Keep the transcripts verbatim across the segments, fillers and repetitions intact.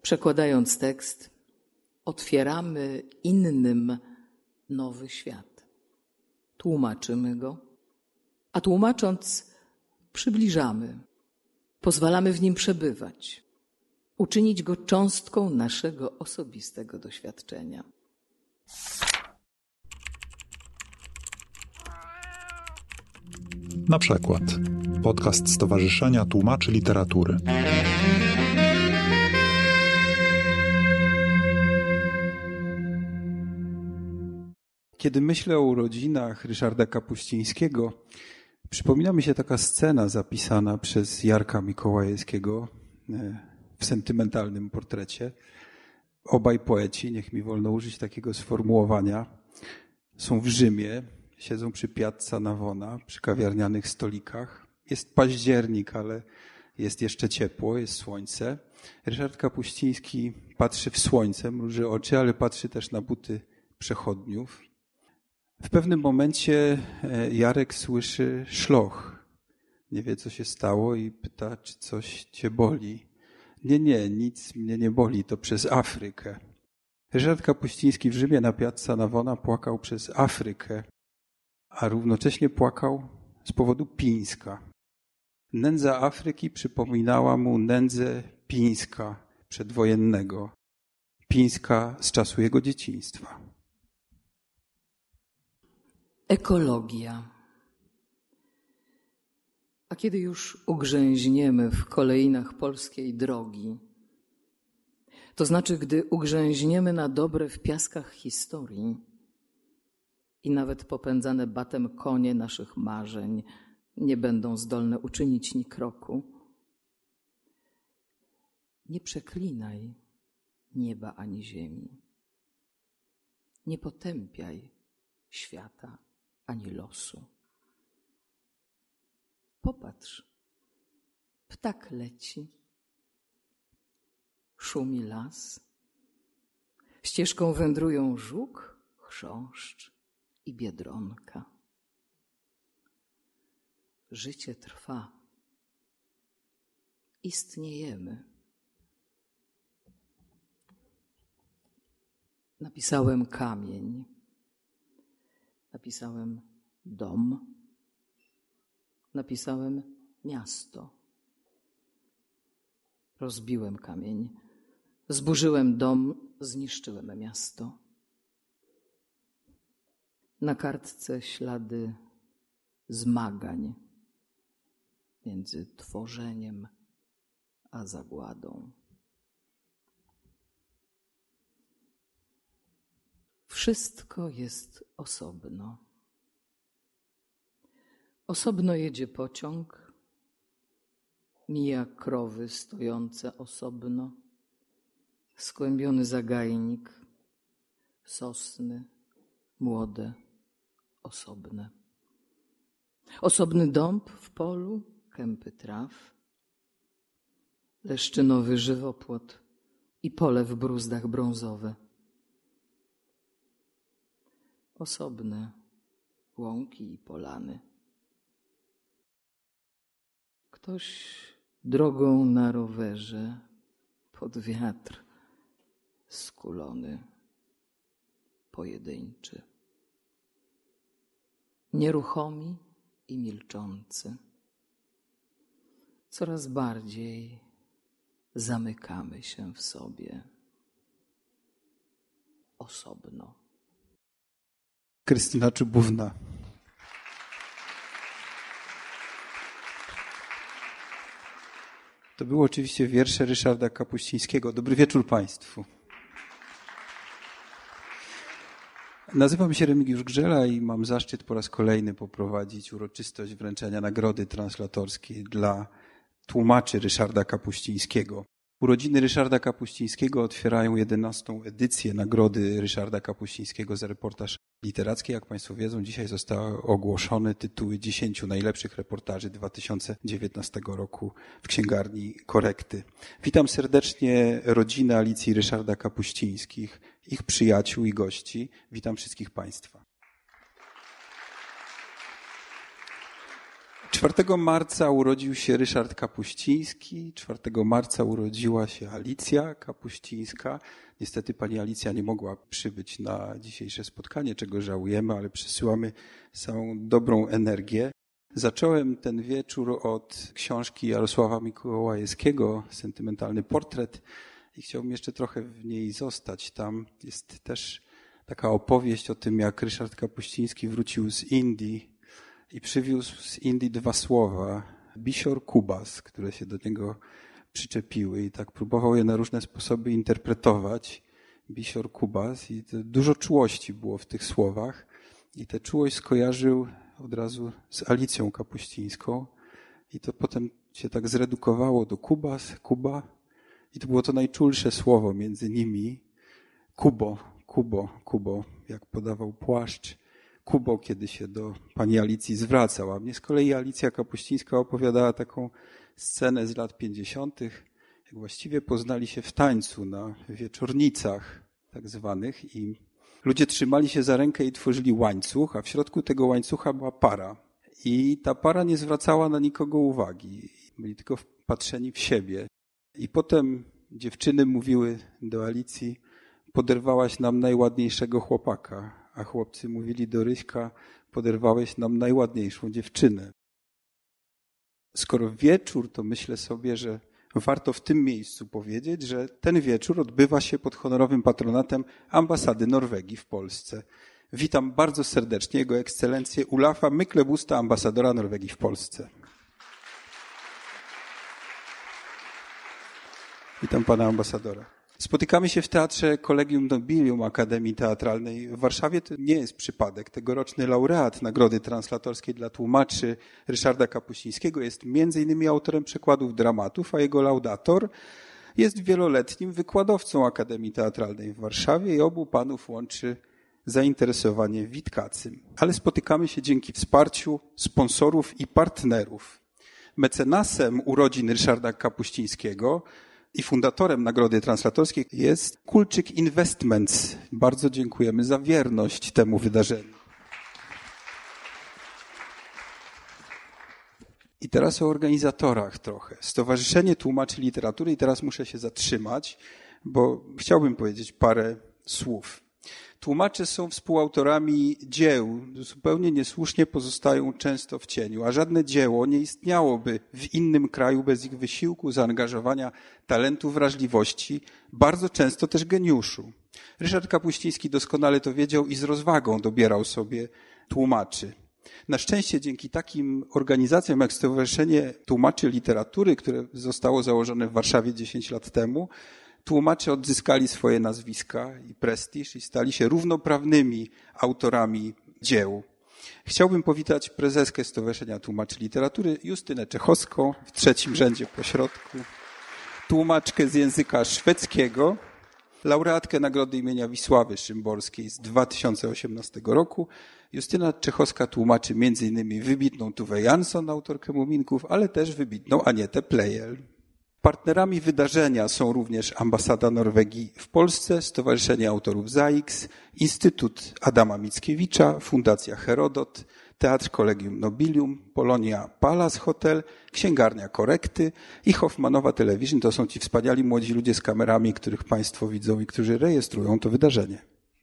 Przekładając tekst, otwieramy innym nowy świat. Tłumaczymy go, a tłumacząc przybliżamy, pozwalamy w nim przebywać, uczynić go cząstką naszego osobistego doświadczenia. Na przykład podcast Stowarzyszenia Tłumaczy Literatury. Kiedy myślę o urodzinach Ryszarda Kapuścińskiego, przypomina mi się taka scena zapisana przez Jarka Mikołajewskiego w sentymentalnym portrecie. Obaj poeci, niech mi wolno użyć takiego sformułowania, są w Rzymie, siedzą przy Piazza Navona, przy kawiarnianych stolikach. Jest październik, ale jest jeszcze ciepło, jest słońce. Ryszard Kapuściński patrzy w słońce, mruży oczy, ale patrzy też na buty przechodniów. W pewnym momencie Jarek słyszy szloch. Nie wie, co się stało i pyta, czy coś cię boli. Nie, nie, nic mnie nie boli, to przez Afrykę. Ryszard Kapuściński w Rzymie na Piazza Navona płakał przez Afrykę, a równocześnie płakał z powodu Pińska. Nędza Afryki przypominała mu nędzę Pińska przedwojennego, Pińska z czasu jego dzieciństwa. Ekologia. A kiedy już ugrzęźniemy w kolejnach polskiej drogi, to znaczy, gdy ugrzęźniemy na dobre w piaskach historii i nawet popędzane batem konie naszych marzeń nie będą zdolne uczynić ni kroku, nie przeklinaj nieba ani ziemi, nie potępiaj świata ani losu. Popatrz, ptak leci, szumi las, ścieżką wędrują żuk, chrząszcz i biedronka. Życie trwa, istniejemy. Napisałem kamień, napisałem dom, napisałem miasto. Rozbiłem kamień, zburzyłem dom, zniszczyłem miasto. Na kartce ślady zmagań między tworzeniem a zagładą. Wszystko jest osobno. Osobno jedzie pociąg, mija krowy stojące osobno, skłębiony zagajnik, sosny młode, osobne. Osobny dąb w polu, kępy traw, leszczynowy żywopłot i pole w bruzdach brązowe. Osobne łąki i polany. Ktoś drogą na rowerze pod wiatr skulony, pojedynczy. Nieruchomi i milczący. Coraz bardziej zamykamy się w sobie osobno. Krystyna Czubówna. To były oczywiście wiersze Ryszarda Kapuścińskiego. Dobry wieczór Państwu. Nazywam się Remigiusz Grzela i mam zaszczyt po raz kolejny poprowadzić uroczystość wręczenia Nagrody Translatorskiej dla tłumaczy Ryszarda Kapuścińskiego. Urodziny Ryszarda Kapuścińskiego otwierają jedenastą edycję Nagrody Ryszarda Kapuścińskiego za reportaż literacki. Jak Państwo wiedzą, dzisiaj zostały ogłoszone tytuły dziesięciu najlepszych reportaży dwa tysiące dziewiętnastego roku w księgarni Korekty. Witam serdecznie rodzinę Alicji i Ryszarda Kapuścińskich, ich przyjaciół i gości. Witam wszystkich Państwa. czwartego marca urodził się Ryszard Kapuściński, czwartego marca urodziła się Alicja Kapuścińska. Niestety pani Alicja nie mogła przybyć na dzisiejsze spotkanie, czego żałujemy, ale przesyłamy całą dobrą energię. Zacząłem ten wieczór od książki Jarosława Mikołajewskiego, Sentymentalny portret, i chciałbym jeszcze trochę w niej zostać. Tam jest też taka opowieść o tym, jak Ryszard Kapuściński wrócił z Indii i przywiózł z Indii dwa słowa, bisior, kubas, które się do niego przyczepiły i tak próbował je na różne sposoby interpretować. Bisior, kubas, i dużo czułości było w tych słowach i tę czułość skojarzył od razu z Alicją Kapuścińską i to potem się tak zredukowało do kubas, Kuba i to było to najczulsze słowo między nimi. Kubo, Kubo, Kubo, jak podawał płaszcz. Kubo, kiedy się do pani Alicji zwracał, a mnie z kolei Alicja Kapuścińska opowiadała taką scenę z lat pięćdziesiątych, jak właściwie poznali się w tańcu na wieczornicach tak zwanych i ludzie trzymali się za rękę i tworzyli łańcuch, a w środku tego łańcucha była para. I ta para nie zwracała na nikogo uwagi, byli tylko wpatrzeni w siebie. I potem dziewczyny mówiły do Alicji, poderwałaś nam najładniejszego chłopaka, a chłopcy mówili do Ryśka, poderwałeś nam najładniejszą dziewczynę. Skoro wieczór, to myślę sobie, że warto w tym miejscu powiedzieć, że ten wieczór odbywa się pod honorowym patronatem ambasady Norwegii w Polsce. Witam bardzo serdecznie Jego Ekscelencję Olafa Myklebusta, ambasadora Norwegii w Polsce. Witam pana ambasadora. Spotykamy się w Teatrze Collegium Nobilium Akademii Teatralnej w Warszawie. To nie jest przypadek. Tegoroczny laureat Nagrody Translatorskiej dla tłumaczy Ryszarda Kapuścińskiego jest między innymi autorem przekładów dramatów, a jego laudator jest wieloletnim wykładowcą Akademii Teatralnej w Warszawie i obu panów łączy zainteresowanie Witkacym. Ale spotykamy się dzięki wsparciu sponsorów i partnerów. Mecenasem urodzin Ryszarda Kapuścińskiego i fundatorem Nagrody Translatorskiej jest Kulczyk Investments. Bardzo dziękujemy za wierność temu wydarzeniu. I teraz o organizatorach trochę. Stowarzyszenie Tłumaczy Literatury i teraz muszę się zatrzymać, bo chciałbym powiedzieć parę słów. Tłumacze są współautorami dzieł, zupełnie niesłusznie pozostają często w cieniu, a żadne dzieło nie istniałoby w innym kraju bez ich wysiłku, zaangażowania, talentu, wrażliwości, bardzo często też geniuszu. Ryszard Kapuściński doskonale to wiedział i z rozwagą dobierał sobie tłumaczy. Na szczęście dzięki takim organizacjom jak Stowarzyszenie Tłumaczy Literatury, które zostało założone w Warszawie dziesięć lat temu, tłumacze odzyskali swoje nazwiska i prestiż i stali się równoprawnymi autorami dzieł. Chciałbym powitać prezeskę Stowarzyszenia Tłumaczy Literatury Justynę Czechowską w trzecim rzędzie po środku, tłumaczkę z języka szwedzkiego, laureatkę Nagrody imienia Wisławy Szymborskiej z dwa tysiące osiemnastego roku. Justyna Czechowska tłumaczy między innymi wybitną Tuve Jansson, autorkę Muminków, ale też wybitną Anietę Plejel. Partnerami wydarzenia są również Ambasada Norwegii w Polsce, Stowarzyszenie Autorów Z A I X, Instytut Adama Mickiewicza, Fundacja Herodot, Teatr Collegium Nobilium, Polonia Palace Hotel, Księgarnia Korekty i Hoffmanowa Television. To są ci wspaniali młodzi ludzie z kamerami, których państwo widzą i którzy rejestrują to wydarzenie.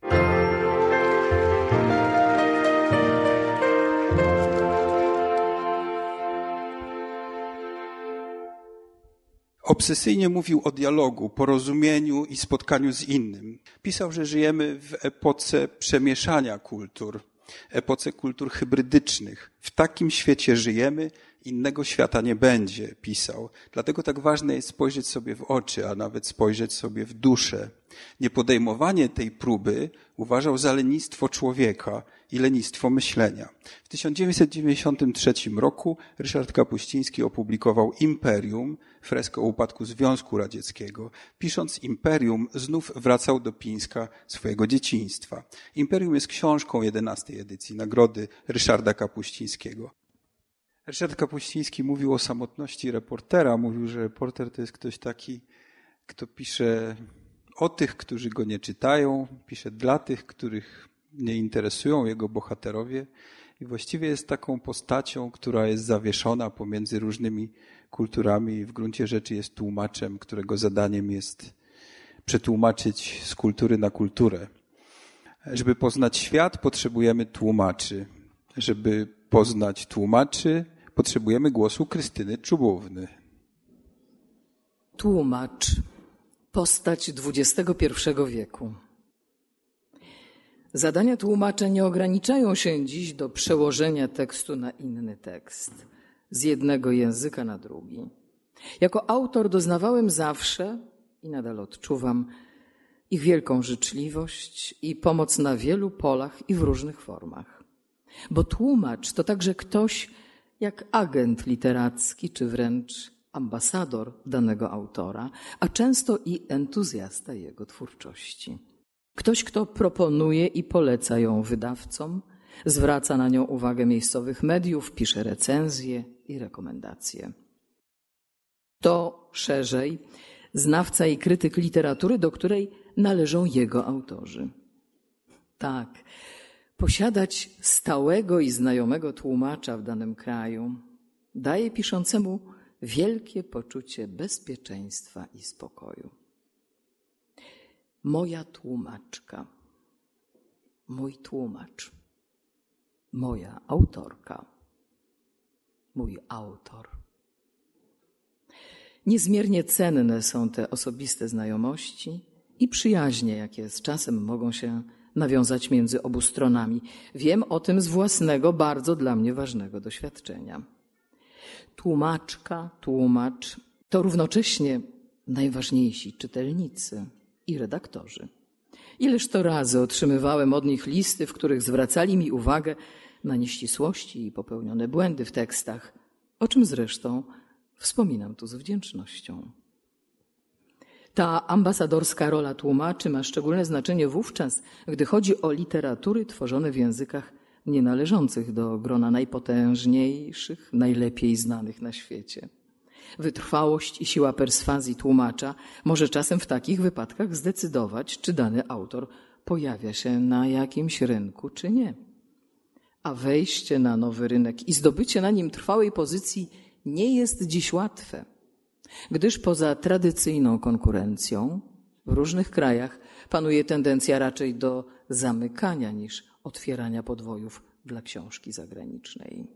Obsesyjnie mówił o dialogu, porozumieniu i spotkaniu z innym. Pisał, że żyjemy w epoce przemieszania kultur, epoce kultur hybrydycznych. W takim świecie żyjemy, innego świata nie będzie, pisał. Dlatego tak ważne jest spojrzeć sobie w oczy, a nawet spojrzeć sobie w duszę. Niepodejmowanie tej próby uważał za lenistwo człowieka i lenistwo myślenia. W tysiąc dziewięćset dziewięćdziesiątym trzecim roku Ryszard Kapuściński opublikował Imperium, freskę o upadku Związku Radzieckiego. Pisząc Imperium, znów wracał do Pińska swojego dzieciństwa. Imperium jest książką jedenastej edycji Nagrody Ryszarda Kapuścińskiego. Ryszard Kapuściński mówił o samotności reportera. Mówił, że reporter to jest ktoś taki, kto pisze o tych, którzy go nie czytają, pisze dla tych, których nie interesują jego bohaterowie. i właściwie jest taką postacią, która jest zawieszona pomiędzy różnymi kulturami i w gruncie rzeczy jest tłumaczem, którego zadaniem jest przetłumaczyć z kultury na kulturę. Żeby poznać świat, potrzebujemy tłumaczy. Żeby poznać tłumaczy, potrzebujemy głosu Krystyny Czubówny. Tłumacz. Postać dwudziestego pierwszego wieku. Zadania tłumacza nie ograniczają się dziś do przełożenia tekstu na inny tekst, z jednego języka na drugi. Jako autor doznawałem zawsze i nadal odczuwam ich wielką życzliwość i pomoc na wielu polach i w różnych formach. Bo tłumacz to także ktoś jak agent literacki, czy wręcz ambasador danego autora, a często i entuzjasta jego twórczości. Ktoś, kto proponuje i poleca ją wydawcom, zwraca na nią uwagę miejscowych mediów, pisze recenzje i rekomendacje. To szerzej znawca i krytyk literatury, do której należą jego autorzy. Tak, posiadać stałego i znajomego tłumacza w danym kraju daje piszącemu wielkie poczucie bezpieczeństwa i spokoju. Moja tłumaczka, mój tłumacz, moja autorka, mój autor. Niezmiernie cenne są te osobiste znajomości i przyjaźnie, jakie z czasem mogą się nawiązać między obu stronami. Wiem o tym z własnego, bardzo dla mnie ważnego doświadczenia. Tłumaczka, tłumacz to równocześnie najważniejsi czytelnicy i redaktorzy. Ileż to razy otrzymywałem od nich listy, w których zwracali mi uwagę na nieścisłości i popełnione błędy w tekstach, o czym zresztą wspominam tu z wdzięcznością. Ta ambasadorska rola tłumaczy ma szczególne znaczenie wówczas, gdy chodzi o literatury tworzone w językach nienależących do grona najpotężniejszych, najlepiej znanych na świecie. Wytrwałość i siła perswazji tłumacza może czasem w takich wypadkach zdecydować, czy dany autor pojawia się na jakimś rynku, czy nie. A wejście na nowy rynek i zdobycie na nim trwałej pozycji nie jest dziś łatwe, gdyż poza tradycyjną konkurencją w różnych krajach panuje tendencja raczej do zamykania niż otwierania podwojów dla książki zagranicznej.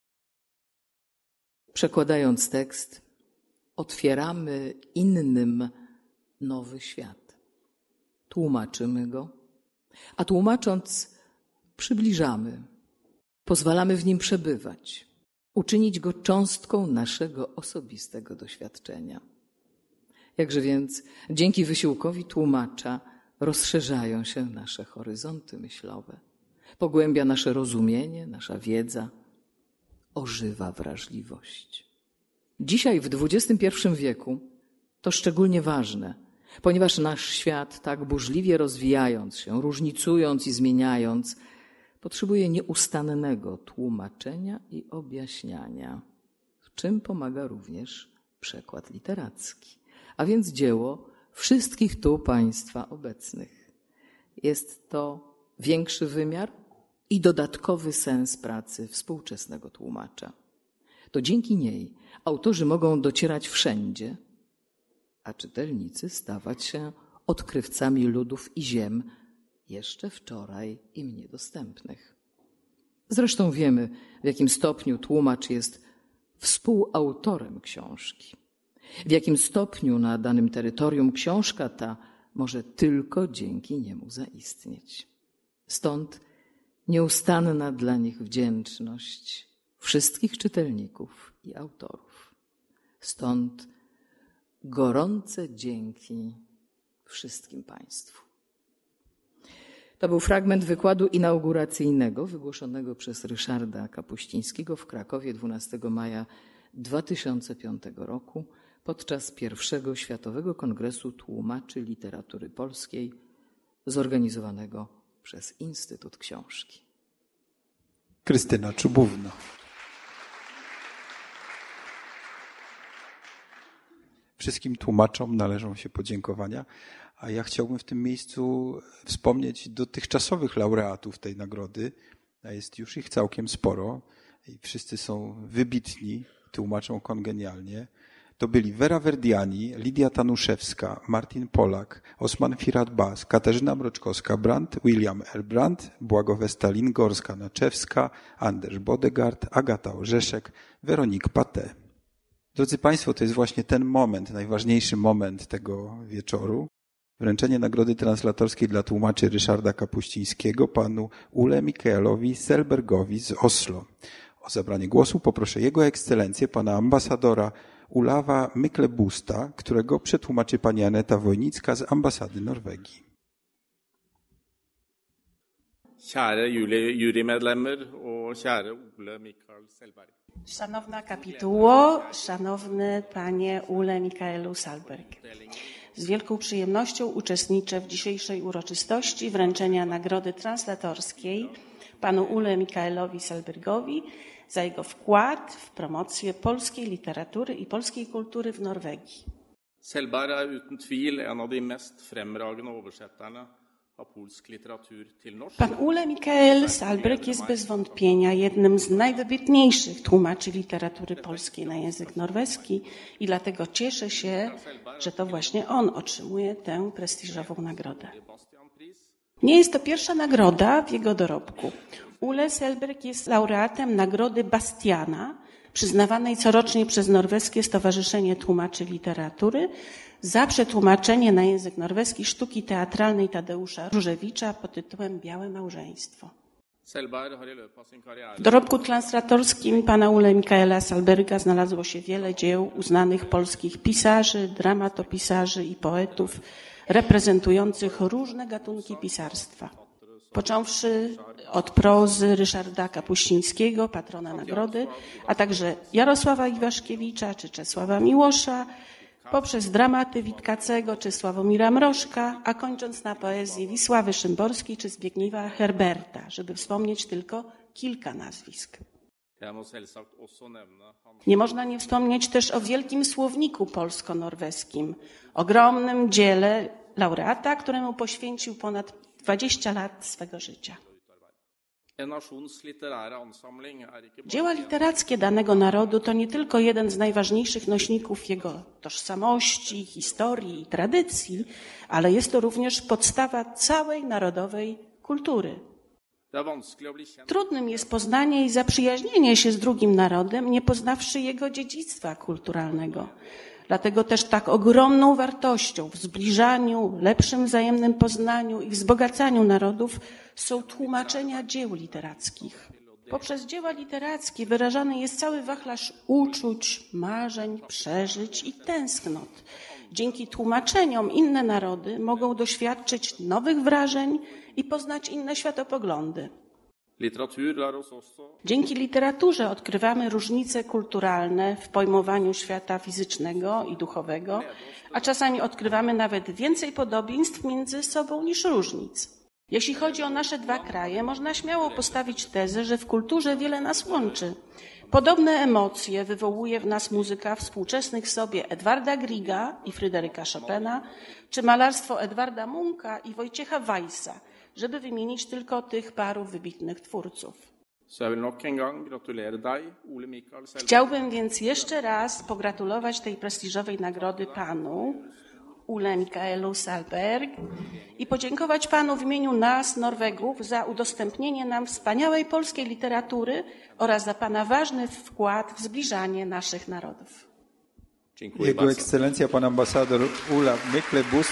Przekładając tekst, otwieramy innym nowy świat. Tłumaczymy go, a tłumacząc przybliżamy, pozwalamy w nim przebywać, uczynić go cząstką naszego osobistego doświadczenia. Jakże więc dzięki wysiłkowi tłumacza rozszerzają się nasze horyzonty myślowe, pogłębia nasze rozumienie, nasza wiedza, ożywa wrażliwość. Dzisiaj w dwudziestym pierwszym wieku to szczególnie ważne, ponieważ nasz świat, tak burzliwie rozwijając się, różnicując i zmieniając, potrzebuje nieustannego tłumaczenia i objaśniania, w czym pomaga również przekład literacki, a więc dzieło wszystkich tu państwa obecnych. Jest to większy wymiar i dodatkowy sens pracy współczesnego tłumacza. To dzięki niej autorzy mogą docierać wszędzie, a czytelnicy stawać się odkrywcami ludów i ziem jeszcze wczoraj im niedostępnych. Zresztą wiemy, w jakim stopniu tłumacz jest współautorem książki, w jakim stopniu na danym terytorium książka ta może tylko dzięki niemu zaistnieć. Stąd nieustanna dla nich wdzięczność wszystkich czytelników i autorów. Stąd gorące dzięki wszystkim państwu. To był fragment wykładu inauguracyjnego wygłoszonego przez Ryszarda Kapuścińskiego w Krakowie dwunastego maja dwa tysiące piątego roku podczas pierwszego Światowego Kongresu Tłumaczy Literatury Polskiej zorganizowanego przez Instytut Książki. Krystyna Czubówna. Wszystkim tłumaczom należą się podziękowania, a ja chciałbym w tym miejscu wspomnieć dotychczasowych laureatów tej nagrody, a jest już ich całkiem sporo i wszyscy są wybitni, tłumaczą kongenialnie. To byli Vera Verdiani, Lidia Tanuszewska, Martin Polak, Osman Firat-Bas, Katarzyna Mroczkowska, Brandt, William Elbrandt, Błagowe Stalin, Gorska Naczewska, Anders Bodegard, Agata Orzeszek, Veronique Paté. Drodzy Państwo, to jest właśnie ten moment, najważniejszy moment tego wieczoru. Wręczenie Nagrody Translatorskiej dla tłumaczy Ryszarda Kapuścińskiego panu Ule Mikaelowi Selbergowi z Oslo. O zabranie głosu poproszę Jego Ekscelencję, pana ambasadora Olawa Myklebusta, którego przetłumaczy pani Aneta Wojnicka z ambasady Norwegii. Kjære jurymedlemmer og kjære Ole Mikael Selberg. Szanowna kapituło, szanowny panie Ule Mikaelu Salberg. Z wielką przyjemnością uczestniczę w dzisiejszej uroczystości wręczenia Nagrody Translatorskiej panu Ule Mikaelowi Salbergowi za jego wkład w promocję polskiej literatury i polskiej kultury w Norwegii. Selberg er uten tvil en av de mest fremragende oversetterne av polsk litteratur til norsk. Pan Ule Mikael Salberg jest bez wątpienia jednym z najwybitniejszych tłumaczy literatury polskiej na język norweski i dlatego cieszę się, że to właśnie on otrzymuje tę prestiżową nagrodę. Nie jest to pierwsza nagroda w jego dorobku. Ule Selberg jest laureatem nagrody Bastiana, przyznawanej corocznie przez Norweskie Stowarzyszenie Tłumaczy Literatury za przetłumaczenie na język norweski sztuki teatralnej Tadeusza Różewicza pod tytułem Białe Małżeństwo. W dorobku translatorskim pana Ule Mikaela Salberga znalazło się wiele dzieł uznanych polskich pisarzy, dramatopisarzy i poetów reprezentujących różne gatunki pisarstwa. Począwszy od prozy Ryszarda Kapuścińskiego, patrona nagrody, a także Jarosława Iwaszkiewicza czy Czesława Miłosza, poprzez dramaty Witkacego czy Sławomira Mrożka, a kończąc na poezji Wisławy Szymborskiej czy Zbigniewa Herberta, żeby wspomnieć tylko kilka nazwisk. Nie można nie wspomnieć też o wielkim słowniku polsko-norweskim, ogromnym dziele laureata, któremu poświęcił ponad dwadzieścia lat swego życia. Dzieła literackie danego narodu to nie tylko jeden z najważniejszych nośników jego tożsamości, historii i tradycji, ale jest to również podstawa całej narodowej kultury. Trudnym jest poznanie i zaprzyjaźnienie się z drugim narodem, nie poznawszy jego dziedzictwa kulturalnego. Dlatego też tak ogromną wartością w zbliżaniu, lepszym wzajemnym poznaniu i wzbogacaniu narodów są tłumaczenia dzieł literackich. Poprzez dzieła literackie wyrażany jest cały wachlarz uczuć, marzeń, przeżyć i tęsknot. Dzięki tłumaczeniom inne narody mogą doświadczyć nowych wrażeń i poznać inne światopoglądy. Dzięki literaturze odkrywamy różnice kulturalne w pojmowaniu świata fizycznego i duchowego, a czasami odkrywamy nawet więcej podobieństw między sobą niż różnic. Jeśli chodzi o nasze dwa kraje, można śmiało postawić tezę, że w kulturze wiele nas łączy. Podobne emocje wywołuje w nas muzyka współczesnych sobie Edwarda Grieга i Fryderyka Chopina, czy malarstwo Edwarda Munka i Wojciecha Weissa, żeby wymienić tylko tych paru wybitnych twórców. Chciałbym więc jeszcze raz pogratulować tej prestiżowej nagrody panu Ule Mikaelu Salberg i podziękować panu w imieniu nas, Norwegów, za udostępnienie nam wspaniałej polskiej literatury oraz za pana ważny wkład w zbliżanie naszych narodów. Dziękuję Jego bardzo. Ekscelencja, pan ambasador Ula Myklebust.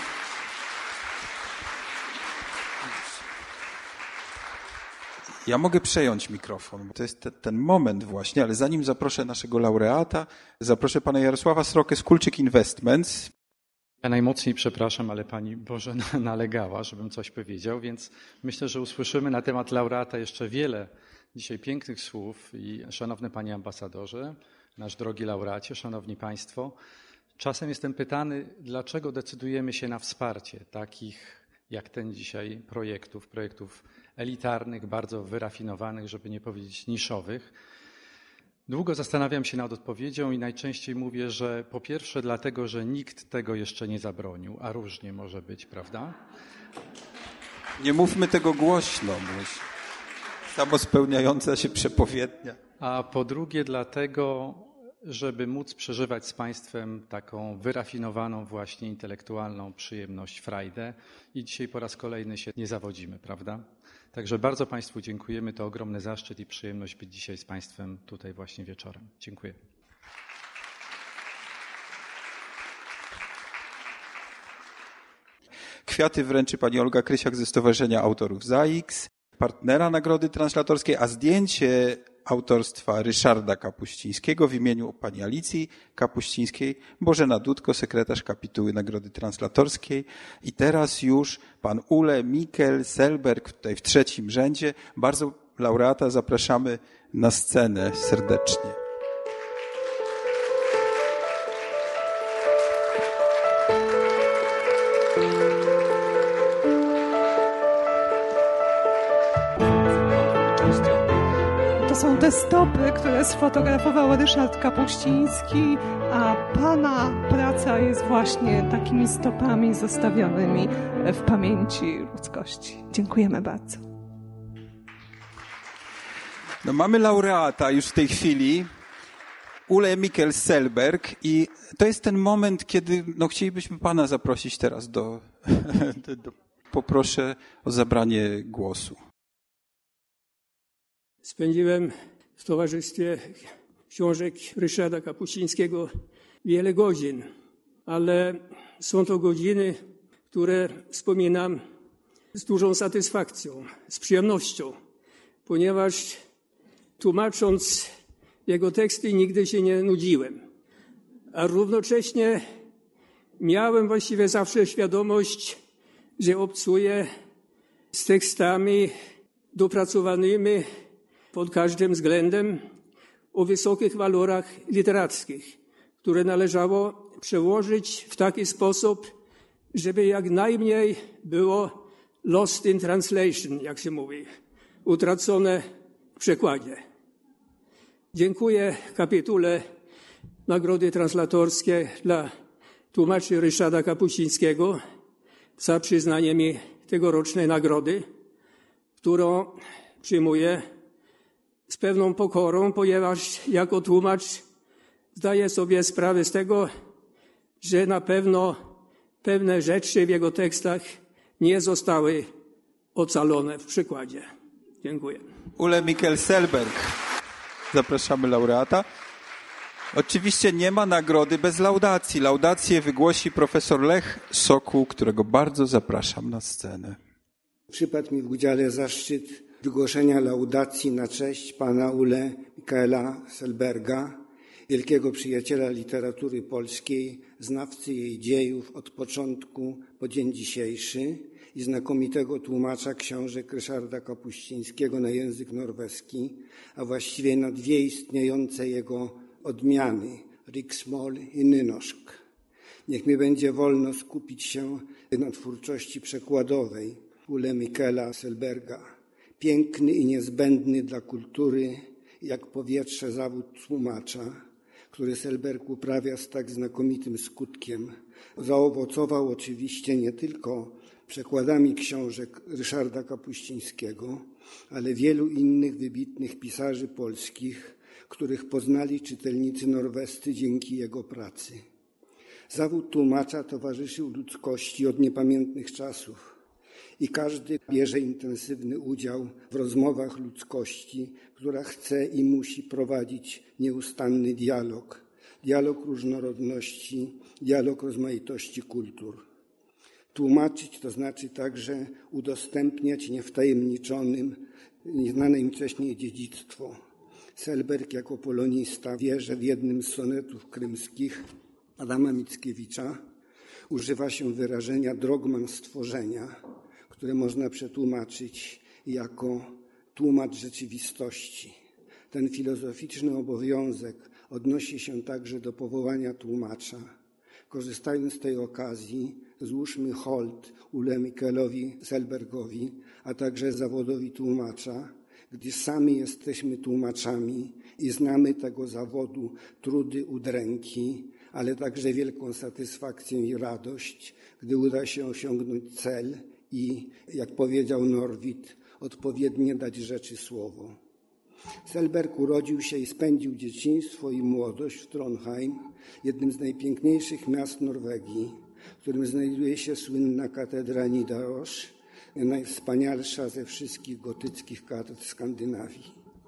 Ja mogę przejąć mikrofon, bo to jest te, ten moment właśnie, ale zanim zaproszę naszego laureata, zaproszę pana Jarosława Srokę z Kulczyk Investments. Ja najmocniej przepraszam, ale pani Bożena nalegała, żebym coś powiedział, więc myślę, że usłyszymy na temat laureata jeszcze wiele dzisiaj pięknych słów i szanowny panie ambasadorze, nasz drogi laureacie, szanowni państwo, czasem jestem pytany, dlaczego decydujemy się na wsparcie takich jak ten dzisiaj projektów, projektów elitarnych, bardzo wyrafinowanych, żeby nie powiedzieć niszowych. Długo zastanawiam się nad odpowiedzią i najczęściej mówię, że po pierwsze dlatego, że nikt tego jeszcze nie zabronił, a różnie może być, prawda? Nie mówmy tego głośno. Samospełniająca się przepowiednia. A po drugie dlatego, żeby móc przeżywać z Państwem taką wyrafinowaną właśnie intelektualną przyjemność, frajdę i dzisiaj po raz kolejny się nie zawodzimy, prawda? Także bardzo Państwu dziękujemy, to ogromny zaszczyt i przyjemność być dzisiaj z Państwem tutaj właśnie wieczorem. Dziękuję. Kwiaty wręczy pani Olga Krysiak ze Stowarzyszenia Autorów Z A X, partnera Nagrody Translatorskiej, a zdjęcie autorstwa Ryszarda Kapuścińskiego w imieniu pani Alicji Kapuścińskiej, Bożena Dudko, sekretarz kapituły Nagrody Translatorskiej i teraz już pan Ule Mikkel Selberg tutaj w trzecim rzędzie. Bardzo laureata zapraszamy na scenę serdecznie. To są te stopy, które sfotografował Ryszard Kapuściński, a pana praca jest właśnie takimi stopami zostawionymi w pamięci ludzkości. Dziękujemy bardzo. No, mamy laureata już w tej chwili, Ule Mikkel Selberg, i to jest ten moment, kiedy no, chcielibyśmy pana zaprosić teraz do, do, do... Poproszę o zabranie głosu. Spędziłem w towarzystwie książek Ryszarda Kapuścińskiego wiele godzin, ale są to godziny, które wspominam z dużą satysfakcją, z przyjemnością, ponieważ tłumacząc jego teksty nigdy się nie nudziłem, a równocześnie miałem właściwie zawsze świadomość, że obcuję z tekstami dopracowanymi pod każdym względem o wysokich walorach literackich, które należało przełożyć w taki sposób, żeby jak najmniej było lost in translation, jak się mówi, utracone w przekładzie. Dziękuję kapitule Nagrody Translatorskiej dla tłumaczy Ryszarda Kapuścińskiego za przyznanie mi tegorocznej nagrody, którą przyjmuję z pewną pokorą, ponieważ jako tłumacz zdaję sobie sprawę z tego, że na pewno pewne rzeczy w jego tekstach nie zostały ocalone w przykładzie. Dziękuję. Ule Mikkel Selberg. Zapraszamy laureata. Oczywiście nie ma nagrody bez laudacji. Laudację wygłosi profesor Lech Sokół, którego bardzo zapraszam na scenę. Przypadł mi w udziale zaszczyt wygłoszenia laudacji na cześć pana Ule Mikkela Selberga, wielkiego przyjaciela literatury polskiej, znawcy jej dziejów od początku po dzień dzisiejszy i znakomitego tłumacza książek Ryszarda Kapuścińskiego na język norweski, a właściwie na dwie istniejące jego odmiany, riksmål i nynorsk. Niech mi będzie wolno skupić się na twórczości przekładowej Ule Mikkela Selberga. Piękny i niezbędny dla kultury, jak powietrze, zawód tłumacza, który Selberg uprawia z tak znakomitym skutkiem, zaowocował oczywiście nie tylko przekładami książek Ryszarda Kapuścińskiego, ale wielu innych wybitnych pisarzy polskich, których poznali czytelnicy norwescy dzięki jego pracy. Zawód tłumacza towarzyszył ludzkości od niepamiętnych czasów i każdy bierze intensywny udział w rozmowach ludzkości, która chce i musi prowadzić nieustanny dialog, dialog różnorodności, dialog rozmaitości kultur. Tłumaczyć to znaczy także udostępniać niewtajemniczonym, nieznane im wcześniej dziedzictwo. Selberg jako polonista wie, że w jednym z sonetów krymskich Adama Mickiewicza używa się wyrażenia drogman stworzenia, które można przetłumaczyć jako tłumacz rzeczywistości. Ten filozoficzny obowiązek odnosi się także do powołania tłumacza. Korzystając z tej okazji, złóżmy hołd Ule Mikkelowi Selbergowi, a także zawodowi tłumacza, gdyż sami jesteśmy tłumaczami i znamy tego zawodu trudy, udręki, ale także wielką satysfakcję i radość, gdy uda się osiągnąć cel i, jak powiedział Norwid, odpowiednie dać rzeczy słowo. Selberg urodził się i spędził dzieciństwo i młodość w Trondheim, jednym z najpiękniejszych miast Norwegii, w którym znajduje się słynna katedra Nidaros, najwspanialsza ze wszystkich gotyckich katedr Skandynawii.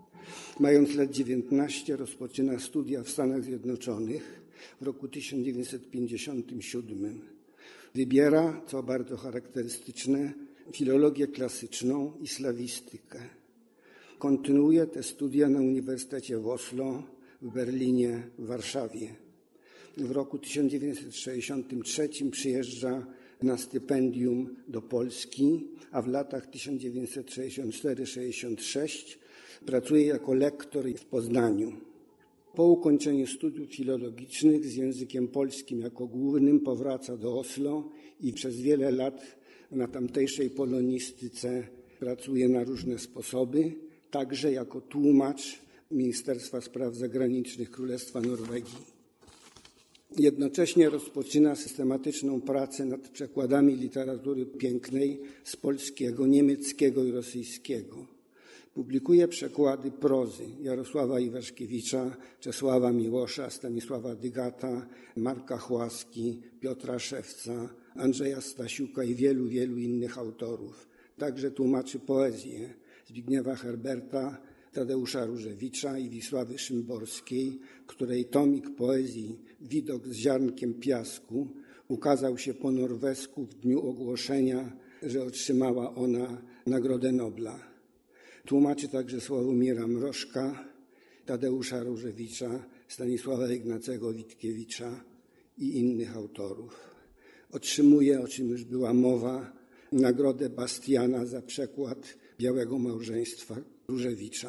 Mając lat dziewiętnaście rozpoczyna studia w Stanach Zjednoczonych w roku tysiąc dziewięćset pięćdziesiątym siódmym. Wybiera, co bardzo charakterystyczne, filologię klasyczną i slawistykę. Kontynuuje te studia na Uniwersytecie w Oslo, w Berlinie, w Warszawie. W roku tysiąc dziewięćset sześćdziesiątym trzecim przyjeżdża na stypendium do Polski, a w latach tysiąc dziewięćset sześćdziesiątym czwartym do sześćdziesiątego szóstego pracuje jako lektor w Poznaniu. Po ukończeniu studiów filologicznych z językiem polskim jako głównym powraca do Oslo i przez wiele lat na tamtejszej polonistyce pracuje na różne sposoby, także jako tłumacz Ministerstwa Spraw Zagranicznych Królestwa Norwegii. Jednocześnie rozpoczyna systematyczną pracę nad przekładami literatury pięknej z polskiego, niemieckiego i rosyjskiego. Publikuje przekłady prozy Jarosława Iwaszkiewicza, Czesława Miłosza, Stanisława Dygata, Marka Chłaski, Piotra Szewca, Andrzeja Stasiuka i wielu, wielu innych autorów. Także tłumaczy poezję Zbigniewa Herberta, Tadeusza Różewicza i Wisławy Szymborskiej, której tomik poezji Widok z ziarnkiem piasku ukazał się po norwesku w dniu ogłoszenia, że otrzymała ona Nagrodę Nobla. Tłumaczy także Sławomira Mrożka, Tadeusza Różewicza, Stanisława Ignacego Witkiewicza i innych autorów. Otrzymuje, o czym już była mowa, Nagrodę Bastiana za przekład Białego Małżeństwa Różewicza.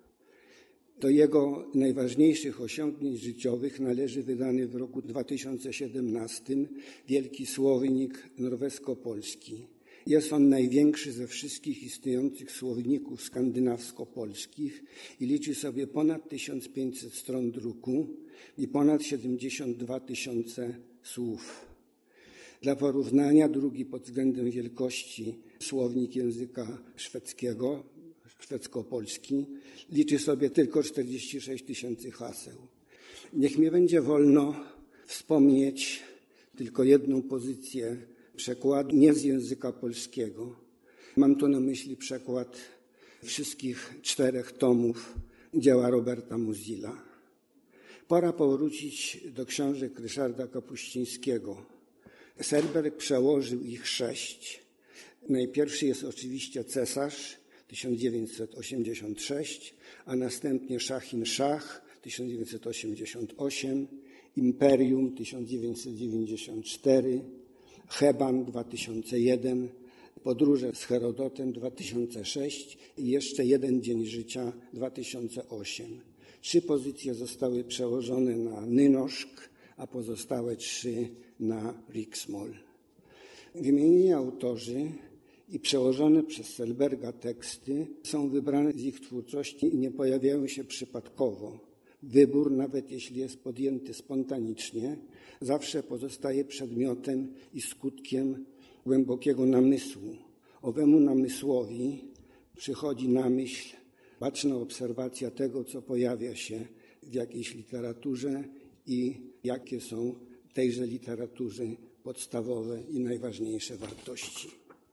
Do jego najważniejszych osiągnięć życiowych należy wydany w roku dwa tysiące siedemnastym Wielki Słownik norwesko-polski. Jest on największy ze wszystkich istniejących słowników skandynawsko-polskich i liczy sobie ponad tysiąc pięćset stron druku i ponad siedemdziesiąt dwa tysiące słów. Dla porównania drugi pod względem wielkości słownik języka szwedzkiego, szwedzko-polski, liczy sobie tylko czterdzieści sześć tysięcy haseł. Niech mi będzie wolno wspomnieć tylko jedną pozycję przekładu nie z języka polskiego. Mam tu na myśli przekład wszystkich czterech tomów dzieła Roberta Musil. Pora powrócić do książek Ryszarda Kapuścińskiego. Selberg przełożył ich sześć. Najpierwszy jest oczywiście Cesarz tysiąc dziewięćset osiemdziesiąt sześć, a następnie Szachin Szach tysiąc dziewięćset osiemdziesiąt osiem, Imperium tysiąc dziewięćset dziewięćdziesiąt cztery, Heban dwa tysiące jeden, Podróże z Herodotem dwa tysiące sześć i jeszcze Jeden dzień życia dwa tysiące osiem. Trzy pozycje zostały przełożone na Nynorsk, a pozostałe trzy na Riksmål. Wymienieni autorzy i przełożone przez Selberga teksty są wybrane z ich twórczości i nie pojawiają się przypadkowo. Wybór, nawet jeśli jest podjęty spontanicznie, zawsze pozostaje przedmiotem i skutkiem głębokiego namysłu. Owemu namysłowi przychodzi na myśl baczna obserwacja tego, co pojawia się w jakiejś literaturze i jakie są w tejże literaturze podstawowe i najważniejsze wartości.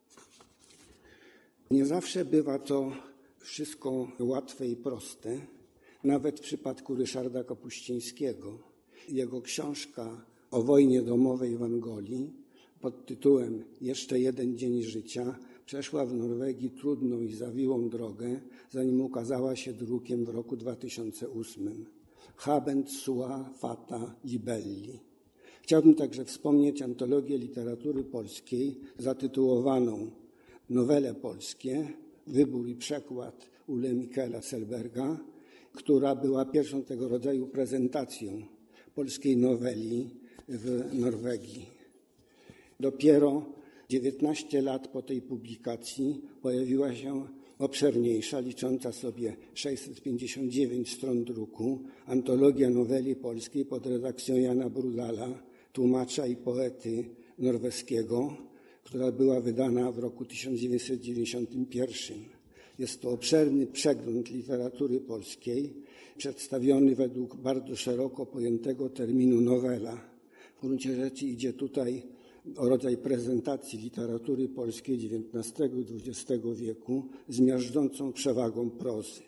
Nie zawsze bywa to wszystko łatwe i proste, nawet w przypadku Ryszarda Kapuścińskiego. Jego książka o wojnie domowej w Angolii pod tytułem Jeszcze jeden dzień życia przeszła w Norwegii trudną i zawiłą drogę, zanim ukazała się drukiem w roku dwa tysiące ósmym. Habent sua fata libelli. Chciałbym także wspomnieć antologię literatury polskiej zatytułowaną Nowele polskie, wybór i przekład Ole Michaela Selberga, która była pierwszą tego rodzaju prezentacją polskiej noweli w Norwegii. Dopiero dziewiętnaście lat po tej publikacji pojawiła się obszerniejsza, licząca sobie sześćset pięćdziesiąt dziewięć stron druku, antologia noweli polskiej pod redakcją Jana Brudala, tłumacza i poety norweskiego, która była wydana w roku tysiąc dziewięćset dziewięćdziesiątym pierwszym. Jest to obszerny przegląd literatury polskiej, przedstawiony według bardzo szeroko pojętego terminu nowela. W gruncie rzeczy idzie tutaj o rodzaj prezentacji literatury polskiej dziewiętnastego i dwudziestego wieku z miażdżącą przewagą prozy.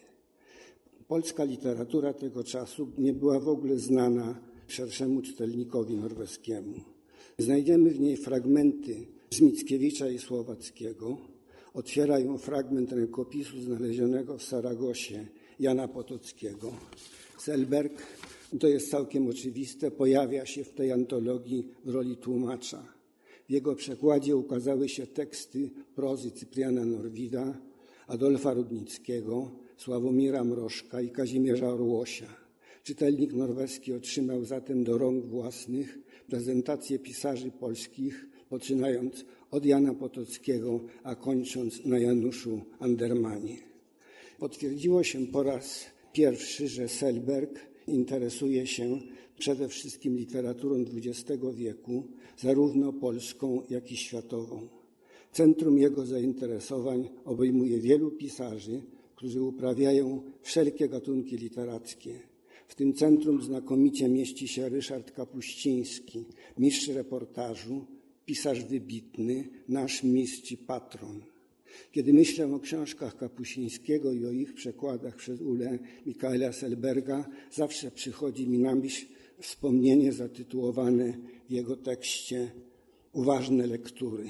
Polska literatura tego czasu nie była w ogóle znana szerszemu czytelnikowi norweskiemu. Znajdziemy w niej fragmenty z Mickiewicza i Słowackiego. Otwiera ją fragment rękopisu znalezionego w Saragosie Jana Potockiego. Selberg, to jest całkiem oczywiste, pojawia się w tej antologii w roli tłumacza. W jego przekładzie ukazały się teksty prozy Cypriana Norwida, Adolfa Rudnickiego, Sławomira Mrożka i Kazimierza Orłosia. Czytelnik norweski otrzymał zatem do rąk własnych prezentacje pisarzy polskich, poczynając od Jana Potockiego, a kończąc na Januszu Andermanie. Potwierdziło się po raz pierwszy, że Selberg interesuje się przede wszystkim literaturą dwudziestego wieku, zarówno polską, jak i światową. Centrum jego zainteresowań obejmuje wielu pisarzy, którzy uprawiają wszelkie gatunki literackie. W tym centrum znakomicie mieści się Ryszard Kapuściński, mistrz reportażu, pisarz wybitny, nasz mistrz i patron. Kiedy myślę o książkach Kapuścińskiego i o ich przekładach przez Ulę Mikaela Selberga, zawsze przychodzi mi na myśl wspomnienie zatytułowane w jego tekście Uważne lektury.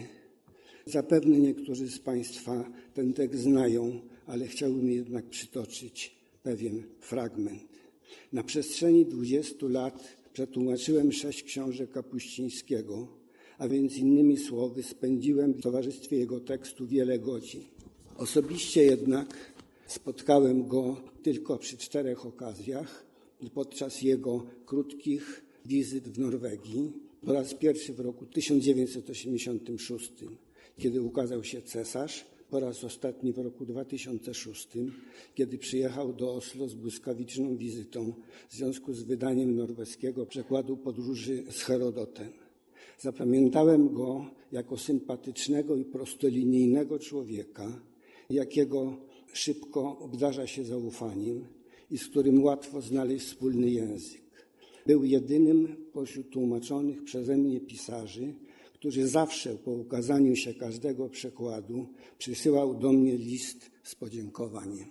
Zapewne niektórzy z Państwa ten tekst znają, ale chciałbym jednak przytoczyć pewien fragment. Na przestrzeni dwudziestu lat przetłumaczyłem sześć książek Kapuścińskiego, a więc innymi słowy spędziłem w towarzystwie jego tekstu wiele godzin. Osobiście jednak spotkałem go tylko przy czterech okazjach podczas jego krótkich wizyt w Norwegii. Po raz pierwszy w roku tysiąc dziewięćset osiemdziesiątym szóstym, kiedy ukazał się Cesarz, po raz ostatni w roku dwa tysiące szóstym, kiedy przyjechał do Oslo z błyskawiczną wizytą w związku z wydaniem norweskiego przekładu Podróży z Herodotem. Zapamiętałem go jako sympatycznego i prostolinijnego człowieka, jakiego szybko obdarza się zaufaniem i z którym łatwo znaleźć wspólny język. Był jedynym pośród tłumaczonych przeze mnie pisarzy, który zawsze po ukazaniu się każdego przekładu przysyłał do mnie list z podziękowaniem.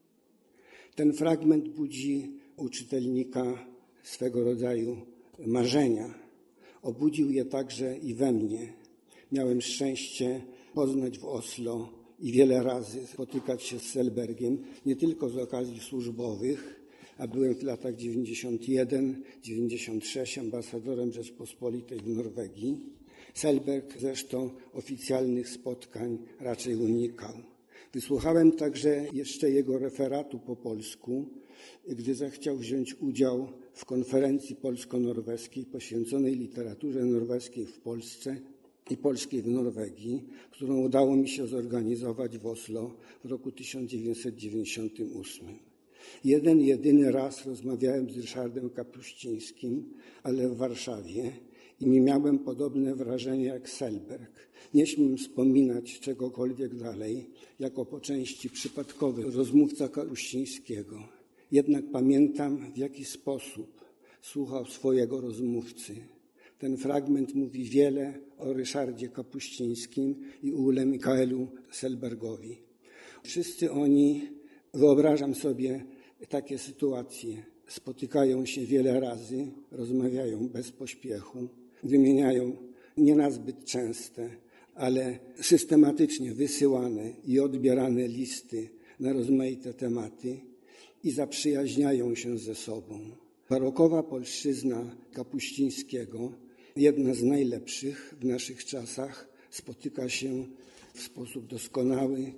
Ten fragment budzi u czytelnika swego rodzaju marzenia. Obudził je także i we mnie. Miałem szczęście poznać w Oslo i wiele razy spotykać się z Selbergiem, nie tylko z okazji służbowych, a byłem w latach dziewięćdziesiąt jeden dziewięćdziesiąt sześć ambasadorem Rzeczpospolitej w Norwegii. Selberg zresztą oficjalnych spotkań raczej unikał. Wysłuchałem także jeszcze jego referatu po polsku, gdy zechciał wziąć udział w konferencji polsko-norweskiej poświęconej literaturze norweskiej w Polsce i polskiej w Norwegii, którą udało mi się zorganizować w Oslo w roku tysiąc dziewięćset dziewięćdziesiątym ósmym. Jeden, jedyny raz rozmawiałem z Ryszardem Kapuścińskim, ale w Warszawie i nie miałem podobne wrażenie jak Selberg. Nie śmiem wspominać czegokolwiek dalej, jako po części przypadkowy rozmówca Kapuścińskiego. Jednak pamiętam, w jaki sposób słuchał swojego rozmówcy. Ten fragment mówi wiele o Ryszardzie Kapuścińskim i Ule Mikaelu Selbergowi. Wszyscy oni, wyobrażam sobie takie sytuacje, spotykają się wiele razy, rozmawiają bez pośpiechu, wymieniają nie nazbyt częste, ale systematycznie wysyłane i odbierane listy na rozmaite tematy i zaprzyjaźniają się ze sobą. Barokowa polszczyzna Kapuścińskiego, jedna z najlepszych w naszych czasach, spotyka się w sposób doskonały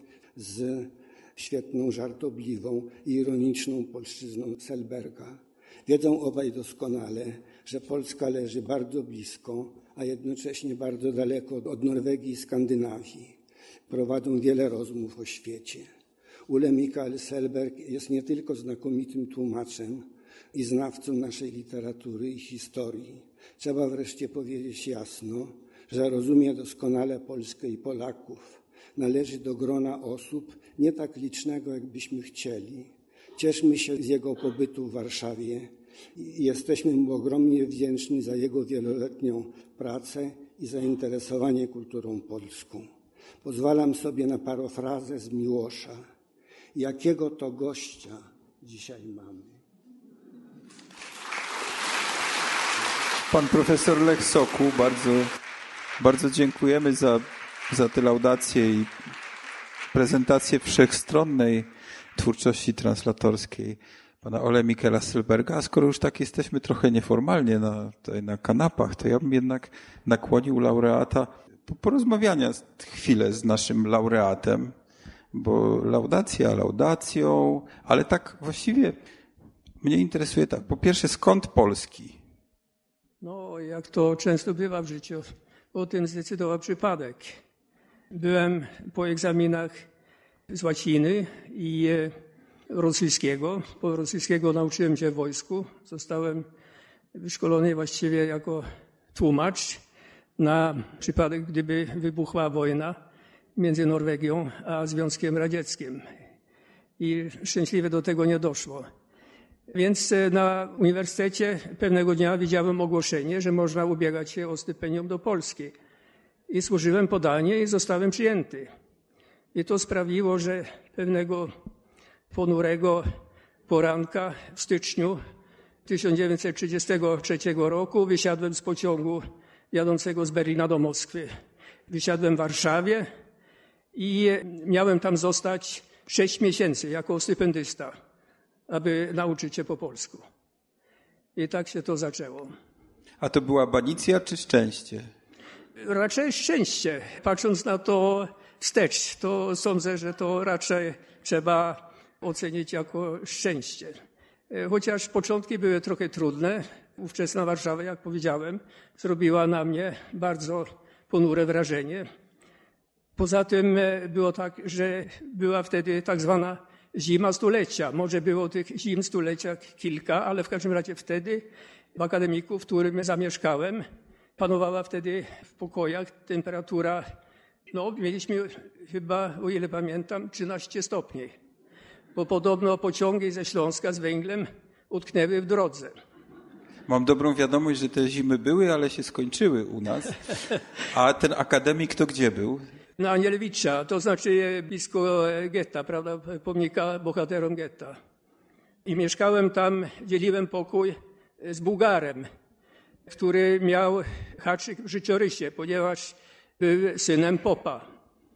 z świetną, żartobliwą i ironiczną polszczyzną Selberga. Wiedzą obaj doskonale, że Polska leży bardzo blisko, a jednocześnie bardzo daleko od Norwegii i Skandynawii. Prowadzą wiele rozmów o świecie. Ule Mikael Selberg jest nie tylko znakomitym tłumaczem i znawcą naszej literatury i historii. Trzeba wreszcie powiedzieć jasno, że rozumie doskonale Polskę i Polaków, Należy do grona osób nie tak licznego, jakbyśmy chcieli. Cieszmy się z jego pobytu w Warszawie i jesteśmy mu ogromnie wdzięczni za jego wieloletnią pracę i zainteresowanie kulturą polską. Pozwalam sobie na parafrazę z Miłosza. Jakiego to gościa dzisiaj mamy? Pan profesor Lech Sokół, bardzo, bardzo dziękujemy za, za tę laudację i prezentację wszechstronnej twórczości translatorskiej pana Ole Michaela Selberga. A skoro już tak jesteśmy trochę nieformalnie na, tutaj na kanapach, to ja bym jednak nakłonił laureata po porozmawiania chwilę z naszym laureatem, bo laudacja laudacją, ale tak właściwie mnie interesuje tak. Po pierwsze, skąd Polski? No, jak to często bywa w życiu, o tym zdecydował przypadek. Byłem po egzaminach z łaciny i rosyjskiego. Po rosyjskiego nauczyłem się w wojsku. Zostałem wyszkolony właściwie jako tłumacz na przypadek, gdyby wybuchła wojna między Norwegią a Związkiem Radzieckim. I szczęśliwie do tego nie doszło. Więc na uniwersytecie pewnego dnia widziałem ogłoszenie, że można ubiegać się o stypendium do Polski. I złożyłem podanie i zostałem przyjęty. I to sprawiło, że pewnego ponurego poranka w styczniu tysiąc dziewięćset trzydziestego trzeciego roku wysiadłem z pociągu jadącego z Berlina do Moskwy. Wysiadłem w Warszawie i miałem tam zostać sześć miesięcy jako stypendysta, aby nauczyć się po polsku. I tak się to zaczęło. A to była banicja czy szczęście? Raczej szczęście. Patrząc na to wstecz, to sądzę, że to raczej trzeba ocenić jako szczęście. Chociaż początki były trochę trudne, ówczesna Warszawa, jak powiedziałem, zrobiła na mnie bardzo ponure wrażenie. Poza tym było tak, że była wtedy tak zwana zima stulecia. Może było tych zim stulecia kilka, ale w każdym razie wtedy w akademiku, w którym zamieszkałem, panowała wtedy w pokojach temperatura, no mieliśmy chyba, o ile pamiętam, trzynaście stopni. Bo podobno pociągi ze Śląska z węglem utknęły w drodze. Mam dobrą wiadomość, że te zimy były, ale się skończyły u nas. A ten akademik to gdzie był? Na Anielewicza, to znaczy blisko getta, prawda, pomnika bohaterom getta. I mieszkałem tam, dzieliłem pokój z Bułgarem, który miał haczyk w życiorysie, ponieważ był synem popa.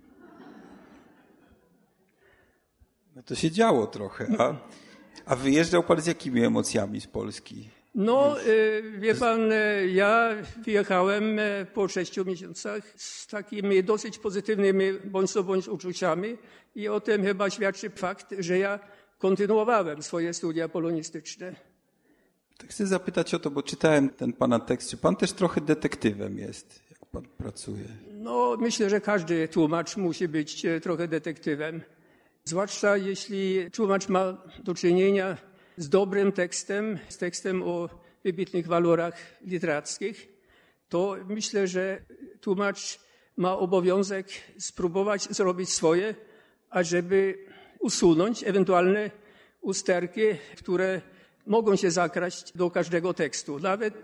No to się działo trochę. A, a wyjeżdżał pan z jakimi emocjami z Polski? No, wie pan, ja wyjechałem po sześciu miesiącach z takimi dosyć pozytywnymi bądź co bądź uczuciami i o tym chyba świadczy fakt, że ja kontynuowałem swoje studia polonistyczne. Tak chcę zapytać o to, bo czytałem ten pana tekst. Czy pan też trochę detektywem jest, jak pan pracuje? No, myślę, że każdy tłumacz musi być trochę detektywem. Zwłaszcza jeśli tłumacz ma do czynienia z dobrym tekstem, z tekstem o wybitnych walorach literackich, to myślę, że tłumacz ma obowiązek spróbować zrobić swoje, ażeby usunąć ewentualne usterki, które mogą się zakraść do każdego tekstu. Nawet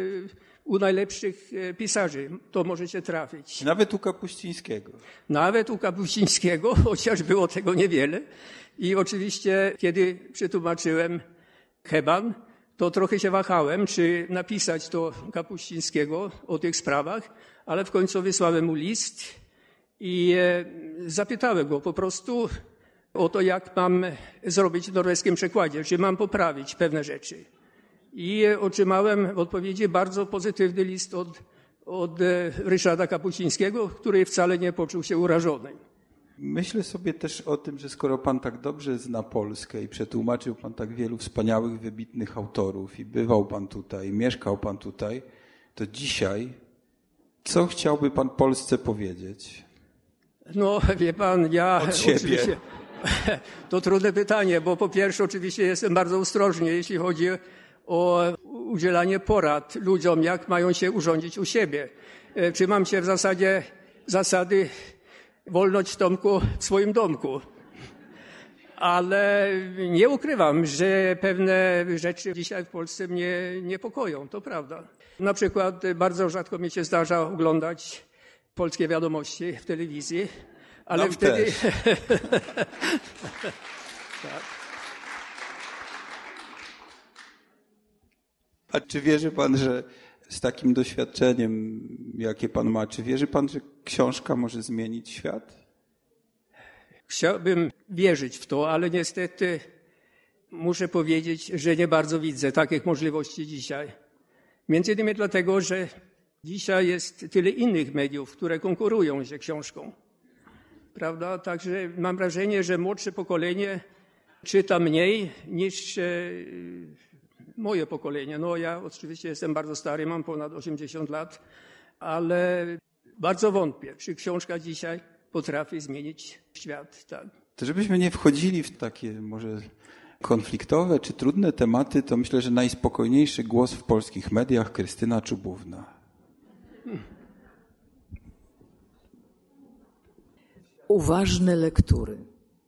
u najlepszych pisarzy to może się trafić. Nawet u Kapuścińskiego. Nawet u Kapuścińskiego, chociaż było tego niewiele. I oczywiście, kiedy przetłumaczyłem Heban, to trochę się wahałem, czy napisać to Kapuścińskiego o tych sprawach, ale w końcu wysłałem mu list i zapytałem go po prostu o to, jak mam zrobić w norweskim przekładzie, czy mam poprawić pewne rzeczy. I otrzymałem w odpowiedzi bardzo pozytywny list od, od Ryszarda Kapuścińskiego, który wcale nie poczuł się urażony. Myślę sobie też o tym, że skoro pan tak dobrze zna Polskę i przetłumaczył pan tak wielu wspaniałych, wybitnych autorów i bywał pan tutaj, mieszkał pan tutaj, to dzisiaj co chciałby pan Polsce powiedzieć? No, wie pan, ja Od siebie. Oczywiście, to trudne pytanie, bo po pierwsze oczywiście jestem bardzo ostrożny, jeśli chodzi o udzielanie porad ludziom, jak mają się urządzić u siebie. Trzymam się w zasadzie zasady wolność Tomku w swoim domku. Ale nie ukrywam, że pewne rzeczy dzisiaj w Polsce mnie niepokoją, to prawda. Na przykład bardzo rzadko mi się zdarza oglądać polskie wiadomości w telewizji, ale Nam wtedy... też. Tak. A czy wierzy pan, że z takim doświadczeniem, jakie pan ma, czy wierzy pan, że książka może zmienić świat? Chciałbym wierzyć w to, ale niestety muszę powiedzieć, że nie bardzo widzę takich możliwości dzisiaj. Między innymi dlatego, że dzisiaj jest tyle innych mediów, które konkurują się książką. Prawda? Także mam wrażenie, że młodsze pokolenie czyta mniej niż moje pokolenie. No ja oczywiście jestem bardzo stary, mam ponad osiemdziesiąt lat, ale bardzo wątpię, czy książka dzisiaj potrafi zmienić świat. Tak. To żebyśmy nie wchodzili w takie może konfliktowe czy trudne tematy, to myślę, że najspokojniejszy głos w polskich mediach Krystyna Czubówna. Hmm. Uważne lektury.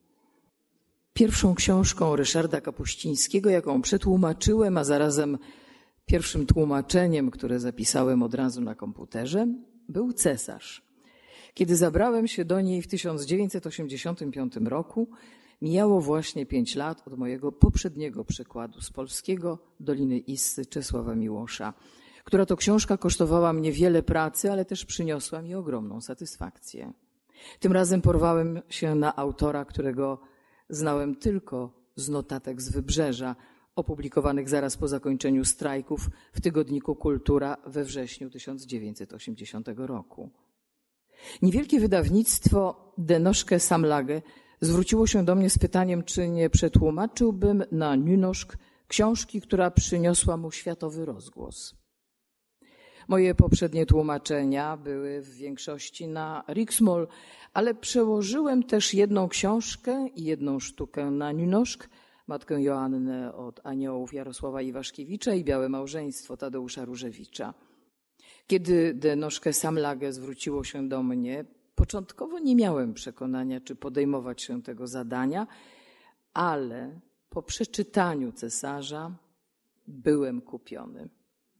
Pierwszą książką Ryszarda Kapuścińskiego, jaką przetłumaczyłem, a zarazem pierwszym tłumaczeniem, które zapisałem od razu na komputerze, był Cesarz. Kiedy zabrałem się do niej w tysiąc dziewięćset osiemdziesiątym piątym roku, mijało właśnie pięć lat od mojego poprzedniego przekładu z polskiego Doliny Issy Czesława Miłosza, która to książka kosztowała mnie wiele pracy, ale też przyniosła mi ogromną satysfakcję. Tym razem porwałem się na autora, którego znałem tylko z notatek z Wybrzeża, opublikowanych zaraz po zakończeniu strajków w tygodniku Kultura we wrześniu tysiąc dziewięćset osiemdziesiątego roku. Niewielkie wydawnictwo Denoszke Samlage zwróciło się do mnie z pytaniem, czy nie przetłumaczyłbym na nynoszk książki, która przyniosła mu światowy rozgłos. Moje poprzednie tłumaczenia były w większości na riksmål, ale przełożyłem też jedną książkę i jedną sztukę na nynoszk, Matkę Joannę od Aniołów Jarosława Iwaszkiewicza i Białe małżeństwo Tadeusza Różewicza. Kiedy Denoszke Samlage zwróciło się do mnie, początkowo nie miałem przekonania, czy podejmować się tego zadania, ale po przeczytaniu Cesarza byłem kupiony.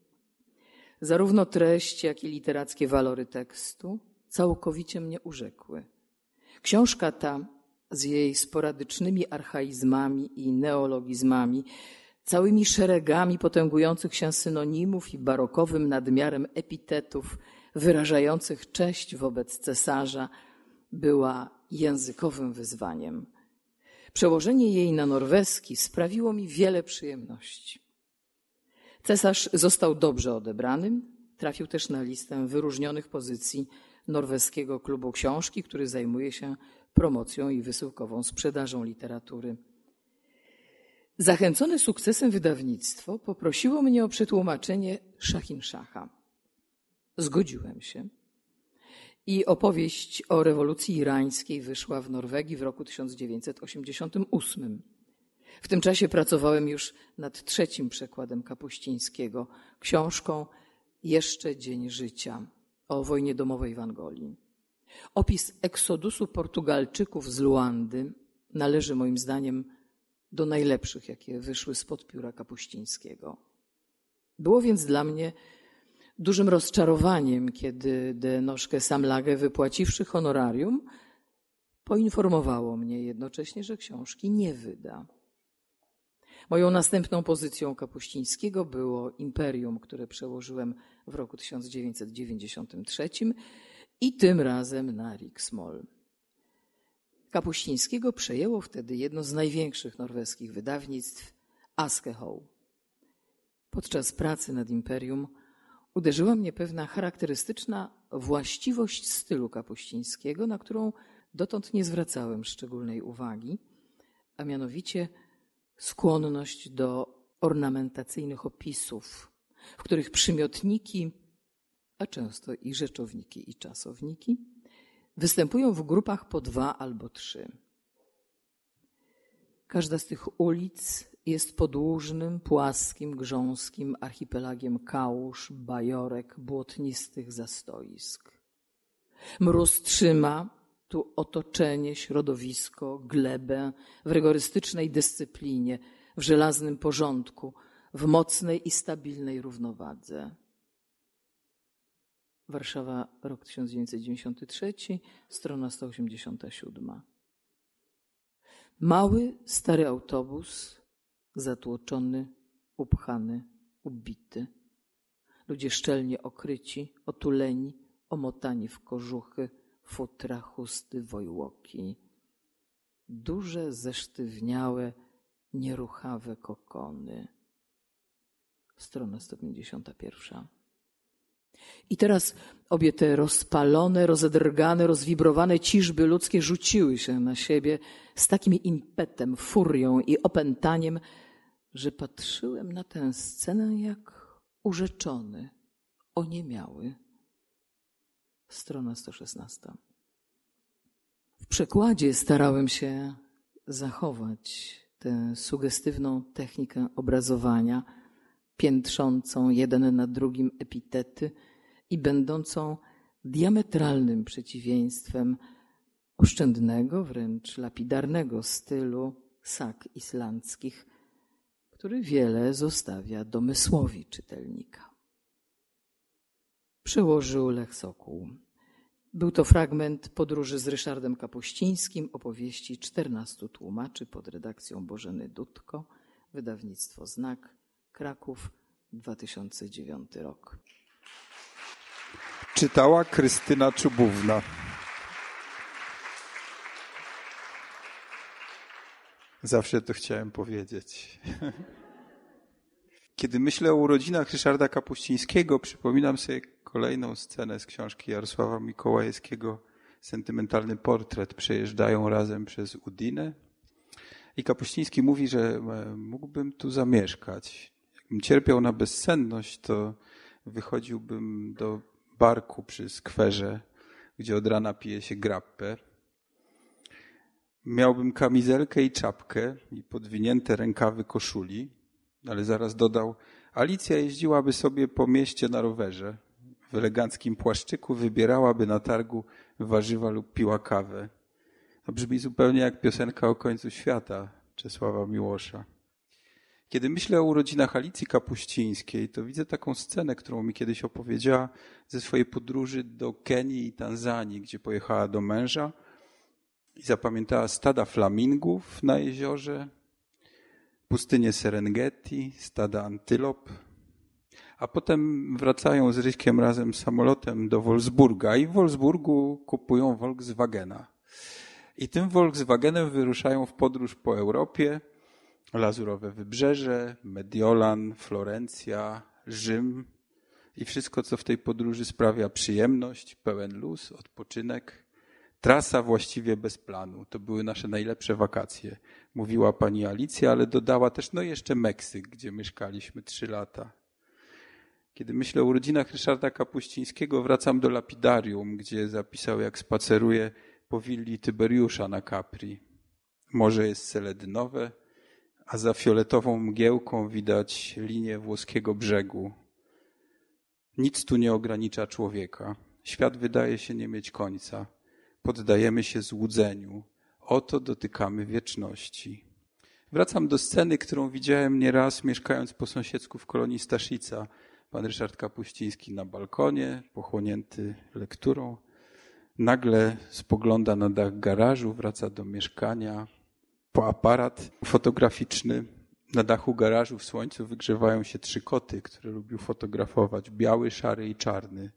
Zarówno treść, jak i literackie walory tekstu całkowicie mnie urzekły. Książka ta z jej sporadycznymi archaizmami i neologizmami, całymi szeregami potęgujących się synonimów i barokowym nadmiarem epitetów wyrażających cześć wobec cesarza, była językowym wyzwaniem. Przełożenie jej na norweski sprawiło mi wiele przyjemności. Cesarz został dobrze odebrany, trafił też na listę wyróżnionych pozycji Norweskiego Klubu Książki, który zajmuje się promocją i wysyłkową sprzedażą literatury. Zachęcone sukcesem wydawnictwo poprosiło mnie o przetłumaczenie Szachinszacha. Zgodziłem się i opowieść o rewolucji irańskiej wyszła w Norwegii w roku tysiąc dziewięćset osiemdziesiątym ósmym. W tym czasie pracowałem już nad trzecim przekładem Kapuścińskiego, książką Jeszcze dzień życia o wojnie domowej w Angolii. Opis eksodusu Portugalczyków z Luandy należy moim zdaniem do najlepszych, jakie wyszły spod pióra Kapuścińskiego. Było więc dla mnie dużym rozczarowaniem, kiedy Denoszke Samlage, wypłaciwszy honorarium, poinformowało mnie jednocześnie, że książki nie wyda. Moją następną pozycją Kapuścińskiego było Imperium, które przełożyłem w roku tysiąc dziewięćset dziewięćdziesiątym trzecim i tym razem na riksmål. Kapuścińskiego przejęło wtedy jedno z największych norweskich wydawnictw, Aschehoug. Podczas pracy nad Imperium uderzyła mnie pewna charakterystyczna właściwość stylu Kapuścińskiego, na którą dotąd nie zwracałem szczególnej uwagi, a mianowicie skłonność do ornamentacyjnych opisów, w których przymiotniki, a często i rzeczowniki i czasowniki, występują w grupach po dwa albo trzy. Każda z tych ulic jest podłużnym, płaskim, grząskim archipelagiem kałuż, bajorek, błotnistych zastoisk. Mróz trzyma tu otoczenie, środowisko, glebę w rygorystycznej dyscyplinie, w żelaznym porządku, w mocnej i stabilnej równowadze. Warszawa, rok tysiąc dziewięćset dziewięćdziesiąty trzeci, strona sto osiemdziesiąta siódma. Mały, stary autobus, zatłoczony, upchany, ubity. Ludzie szczelnie okryci, otuleni, omotani w kożuchy, futra, chusty, wojłoki. Duże, zesztywniałe, nieruchawe kokony. Strona sto pięćdziesiąta pierwsza. I teraz obie te rozpalone, rozedrgane, rozwibrowane ciżby ludzkie rzuciły się na siebie z takim impetem, furią i opętaniem, że patrzyłem na tę scenę jak urzeczony, oniemiały. Strona sto szesnasta. W przekładzie starałem się zachować tę sugestywną technikę obrazowania, piętrzącą jeden na drugim epitety i będącą diametralnym przeciwieństwem oszczędnego, wręcz lapidarnego stylu sak islandzkich, który wiele zostawia domysłowi czytelnika. Przełożył Lech Sokół. Był to fragment podróży z Ryszardem Kapuścińskim, opowieści czternastu tłumaczy pod redakcją Bożeny Dudko, wydawnictwo Znak, Kraków, dwa tysiące dziewiąty rok. Czytała Krystyna Czubówna. Zawsze to chciałem powiedzieć. Kiedy myślę o urodzinach Ryszarda Kapuścińskiego, przypominam sobie kolejną scenę z książki Jarosława Mikołajewskiego, Sentymentalny portret. Przejeżdżają razem przez Udinę i Kapuściński mówi, że mógłbym tu zamieszkać. Jakbym cierpiał na bezsenność, to wychodziłbym do barku przy skwerze, gdzie od rana pije się grappę. Miałbym kamizelkę i czapkę i podwinięte rękawy koszuli, ale zaraz dodał, Alicja jeździłaby sobie po mieście na rowerze, w eleganckim płaszczyku wybierałaby na targu warzywa lub piła kawę. To brzmi zupełnie jak piosenka o końcu świata Czesława Miłosza. Kiedy myślę o urodzinach Alicji Kapuścińskiej, to widzę taką scenę, którą mi kiedyś opowiedziała ze swojej podróży do Kenii i Tanzanii, gdzie pojechała do męża i zapamiętała stada flamingów na jeziorze, pustynię Serengeti, stada antylop, a potem wracają z Ryśkiem razem samolotem do Wolfsburga i w Wolfsburgu kupują Volkswagena. I tym Volkswagenem wyruszają w podróż po Europie, Lazurowe Wybrzeże, Mediolan, Florencja, Rzym i wszystko, co w tej podróży sprawia przyjemność, pełen luz, odpoczynek. Trasa właściwie bez planu. To były nasze najlepsze wakacje, mówiła pani Alicja, ale dodała też, no jeszcze Meksyk, gdzie mieszkaliśmy trzy lata. Kiedy myślę o urodzinach Ryszarda Kapuścińskiego, wracam do lapidarium, gdzie zapisał, jak spaceruje po willi Tyberiusza na Capri. Morze jest seledynowe, a za fioletową mgiełką widać linię włoskiego brzegu. Nic tu nie ogranicza człowieka. Świat wydaje się nie mieć końca. Poddajemy się złudzeniu. Oto dotykamy wieczności. Wracam do sceny, którą widziałem nieraz mieszkając po sąsiedzku w kolonii Staszica. Pan Ryszard Kapuściński na balkonie, pochłonięty lekturą. Nagle spogląda na dach garażu, wraca do mieszkania. Po aparat fotograficzny na dachu garażu w słońcu wygrzewają się trzy koty, które lubił fotografować. Biały, szary i czarny.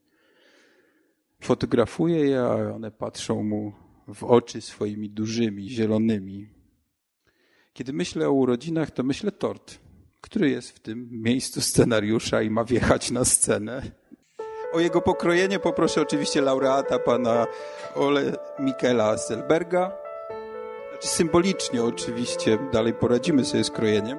Fotografuje je, a one patrzą mu w oczy swoimi dużymi, zielonymi. Kiedy myślę o urodzinach, to myślę tort, który jest w tym miejscu scenariusza i ma wjechać na scenę. O jego pokrojenie poproszę oczywiście laureata, pana Ole Mikaela Selberga. Znaczy symbolicznie oczywiście, dalej poradzimy sobie z krojeniem.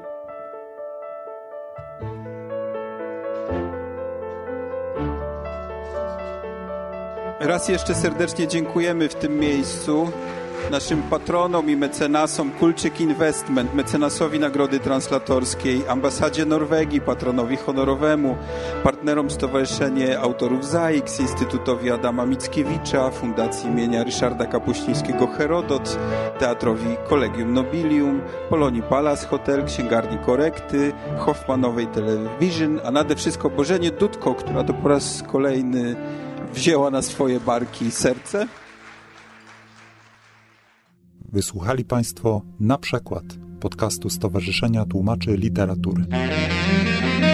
Raz jeszcze serdecznie dziękujemy w tym miejscu naszym patronom i mecenasom Kulczyk Investment, mecenasowi Nagrody Translatorskiej, ambasadzie Norwegii, patronowi honorowemu, partnerom Stowarzyszenie Autorów Z A X, Instytutowi Adama Mickiewicza, Fundacji imienia Ryszarda Kapuścińskiego Herodot, Teatrowi Collegium Nobilium, Polonii Palace Hotel, Księgarni Korekty, Hoffmanowej Television, a nade wszystko Bożenie Dudko, która to po raz kolejny wzięła na swoje barki serce. Wysłuchali Państwo Na Przekład podcastu Stowarzyszenia Tłumaczy Literatury.